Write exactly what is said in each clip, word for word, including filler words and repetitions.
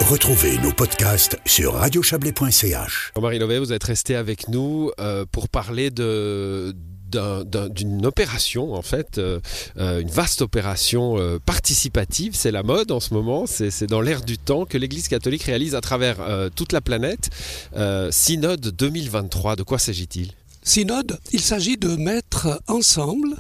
Retrouvez nos podcasts sur radio chablais point c h. Jean-Marie Lovet, vous êtes resté avec nous euh, pour parler de... D'un, d'un, d'une opération en fait, euh, euh, une vaste opération euh, participative, c'est la mode en ce moment, c'est, c'est dans l'air du temps que l'Église catholique réalise à travers euh, toute la planète. Euh, Synode deux mille vingt-trois, de quoi s'agit-il ? Synode, il s'agit de mettre ensemble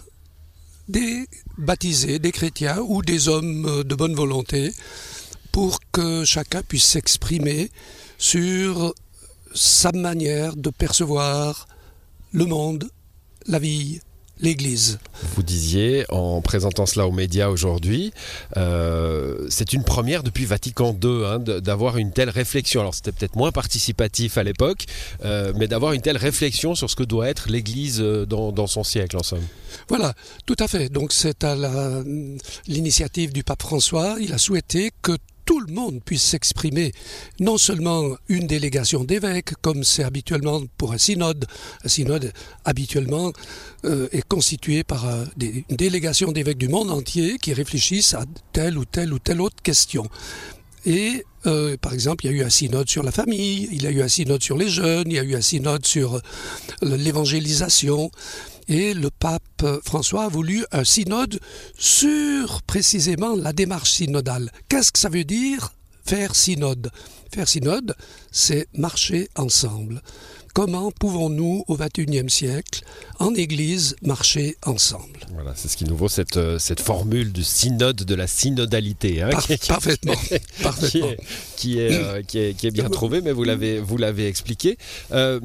des baptisés, des chrétiens ou des hommes de bonne volonté pour que chacun puisse s'exprimer sur sa manière de percevoir le monde, la vie, l'Église. Vous disiez, en présentant cela aux médias aujourd'hui, euh, c'est une première depuis Vatican deux, hein, d'avoir une telle réflexion. Alors c'était peut-être moins participatif à l'époque, euh, mais d'avoir une telle réflexion sur ce que doit être l'Église dans, dans son siècle, en somme. Voilà, tout à fait. Donc c'est à la, l'initiative du pape François. Il a souhaité que tout le monde puisse s'exprimer, non seulement une délégation d'évêques, comme c'est habituellement pour un synode. Un synode, habituellement, euh, est constitué par euh, des, une délégation d'évêques du monde entier qui réfléchissent à telle ou telle ou telle autre question. Et, euh, par exemple, il y a eu un synode sur la famille, il y a eu un synode sur les jeunes, il y a eu un synode sur euh, l'évangélisation. Et le pape François a voulu un synode sur précisément la démarche synodale. Qu'est-ce que ça veut dire faire synode ? Faire synode, c'est marcher ensemble. Comment pouvons-nous, au vingt et unième siècle, en Église, marcher ensemble ? Voilà, c'est ce qui nous vaut cette, cette formule du synode, de la synodalité. Hein, Par, qui, qui, parfaitement. parfaitement. Qui, est, qui, est, euh, qui, est, qui est bien trouvé, mais vous l'avez, vous l'avez expliqué. Euh,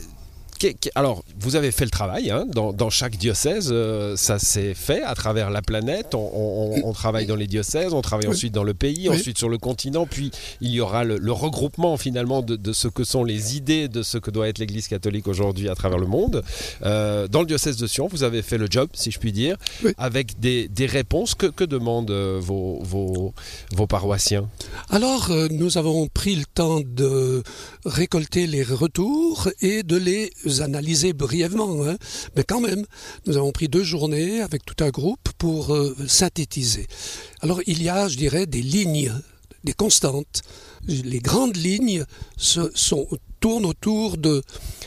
Alors, vous avez fait le travail hein, dans, dans chaque diocèse, euh, ça s'est fait à travers la planète, on, on, on travaille dans les diocèses, on travaille oui. ensuite dans le pays, oui. ensuite sur le continent, puis il y aura le, le regroupement finalement de, de ce que sont les idées de ce que doit être l'Église catholique aujourd'hui à travers le monde. Euh, dans le diocèse de Sion, vous avez fait le job, si je puis dire, oui. avec des, des réponses. Que, que demandent vos, vos, vos paroissiens ? Alors, euh, nous avons pris le temps de récolter les retours et de les analyser brièvement, hein. Mais quand même, nous avons pris deux journées avec tout un groupe pour euh, synthétiser. Alors il y a, je dirais, des lignes, des constantes. Les grandes lignes se, sont, tournent autour de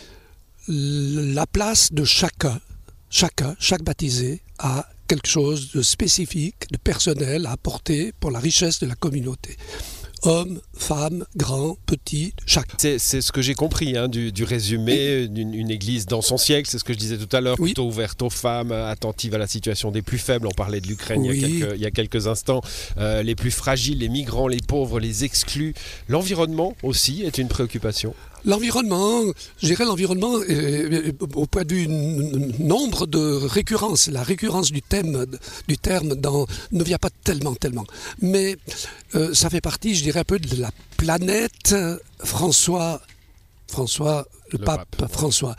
la place de chacun. Chacun, chaque baptisé a quelque chose de spécifique, de personnel à apporter pour la richesse de la communauté. Hommes, femmes, grands, petits, chacun. C'est, c'est ce que j'ai compris hein, du, du résumé d'une une église dans son siècle, c'est ce que je disais tout à l'heure, oui. plutôt ouverte aux femmes, attentive à la situation des plus faibles. On parlait de l'Ukraine oui. il, y a quelques, il y a quelques instants. Euh, les plus fragiles, les migrants, les pauvres, les exclus. L'environnement aussi est une préoccupation. L'environnement, je dirais l'environnement euh, au point de vue n- nombre de récurrences, la récurrence du thème, du terme dans, ne vient pas tellement, tellement. Mais euh, ça fait partie, je dirais, un peu de la planète François, François, le, le pape, pape François.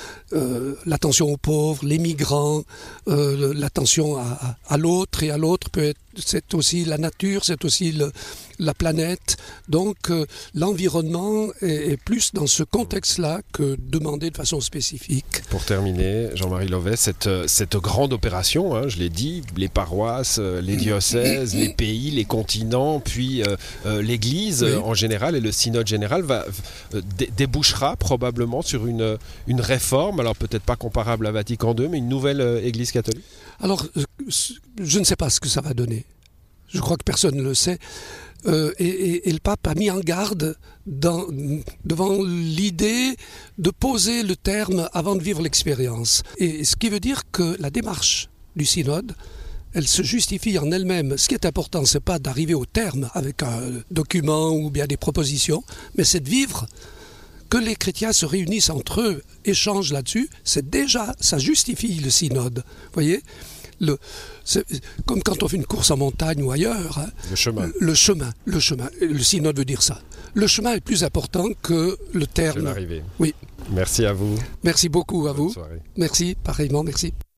Euh, l'attention aux pauvres, les migrants, euh, l'attention à, à, à l'autre et à l'autre peut être, c'est aussi la nature, c'est aussi le, la planète. Donc euh, l'environnement est, est plus dans ce contexte-là que demandé de façon spécifique. Pour terminer, Jean-Marie Lovet, cette, cette grande opération, hein, je l'ai dit, les paroisses, les diocèses, les pays, les continents, puis euh, euh, l'Église oui. euh, en général et le synode général va, euh, dé- débouchera probablement sur une, une réforme, alors peut-être pas comparable à Vatican deux, mais une nouvelle euh, Église catholique. Alors, euh, je ne sais pas ce que ça va donner. Je crois que personne ne le sait. Euh, et, et, et le pape a mis en garde dans, devant l'idée de poser le terme avant de vivre l'expérience. Et ce qui veut dire que la démarche du synode, elle se justifie en elle-même. Ce qui est important, ce n'est pas d'arriver au terme avec un document ou bien des propositions, mais c'est de vivre, que les chrétiens se réunissent entre eux, échangent là-dessus. C'est déjà, ça justifie le synode. Vous voyez ? Le, c'est comme quand on fait une course en montagne ou ailleurs. Hein, le chemin. Le, le chemin. Le chemin. Le synode veut dire ça. Le chemin est plus important que le terme. C'est l'arrivée. Oui. Merci à vous. Merci beaucoup à Bonne vous. soirée. Merci, pareillement, merci.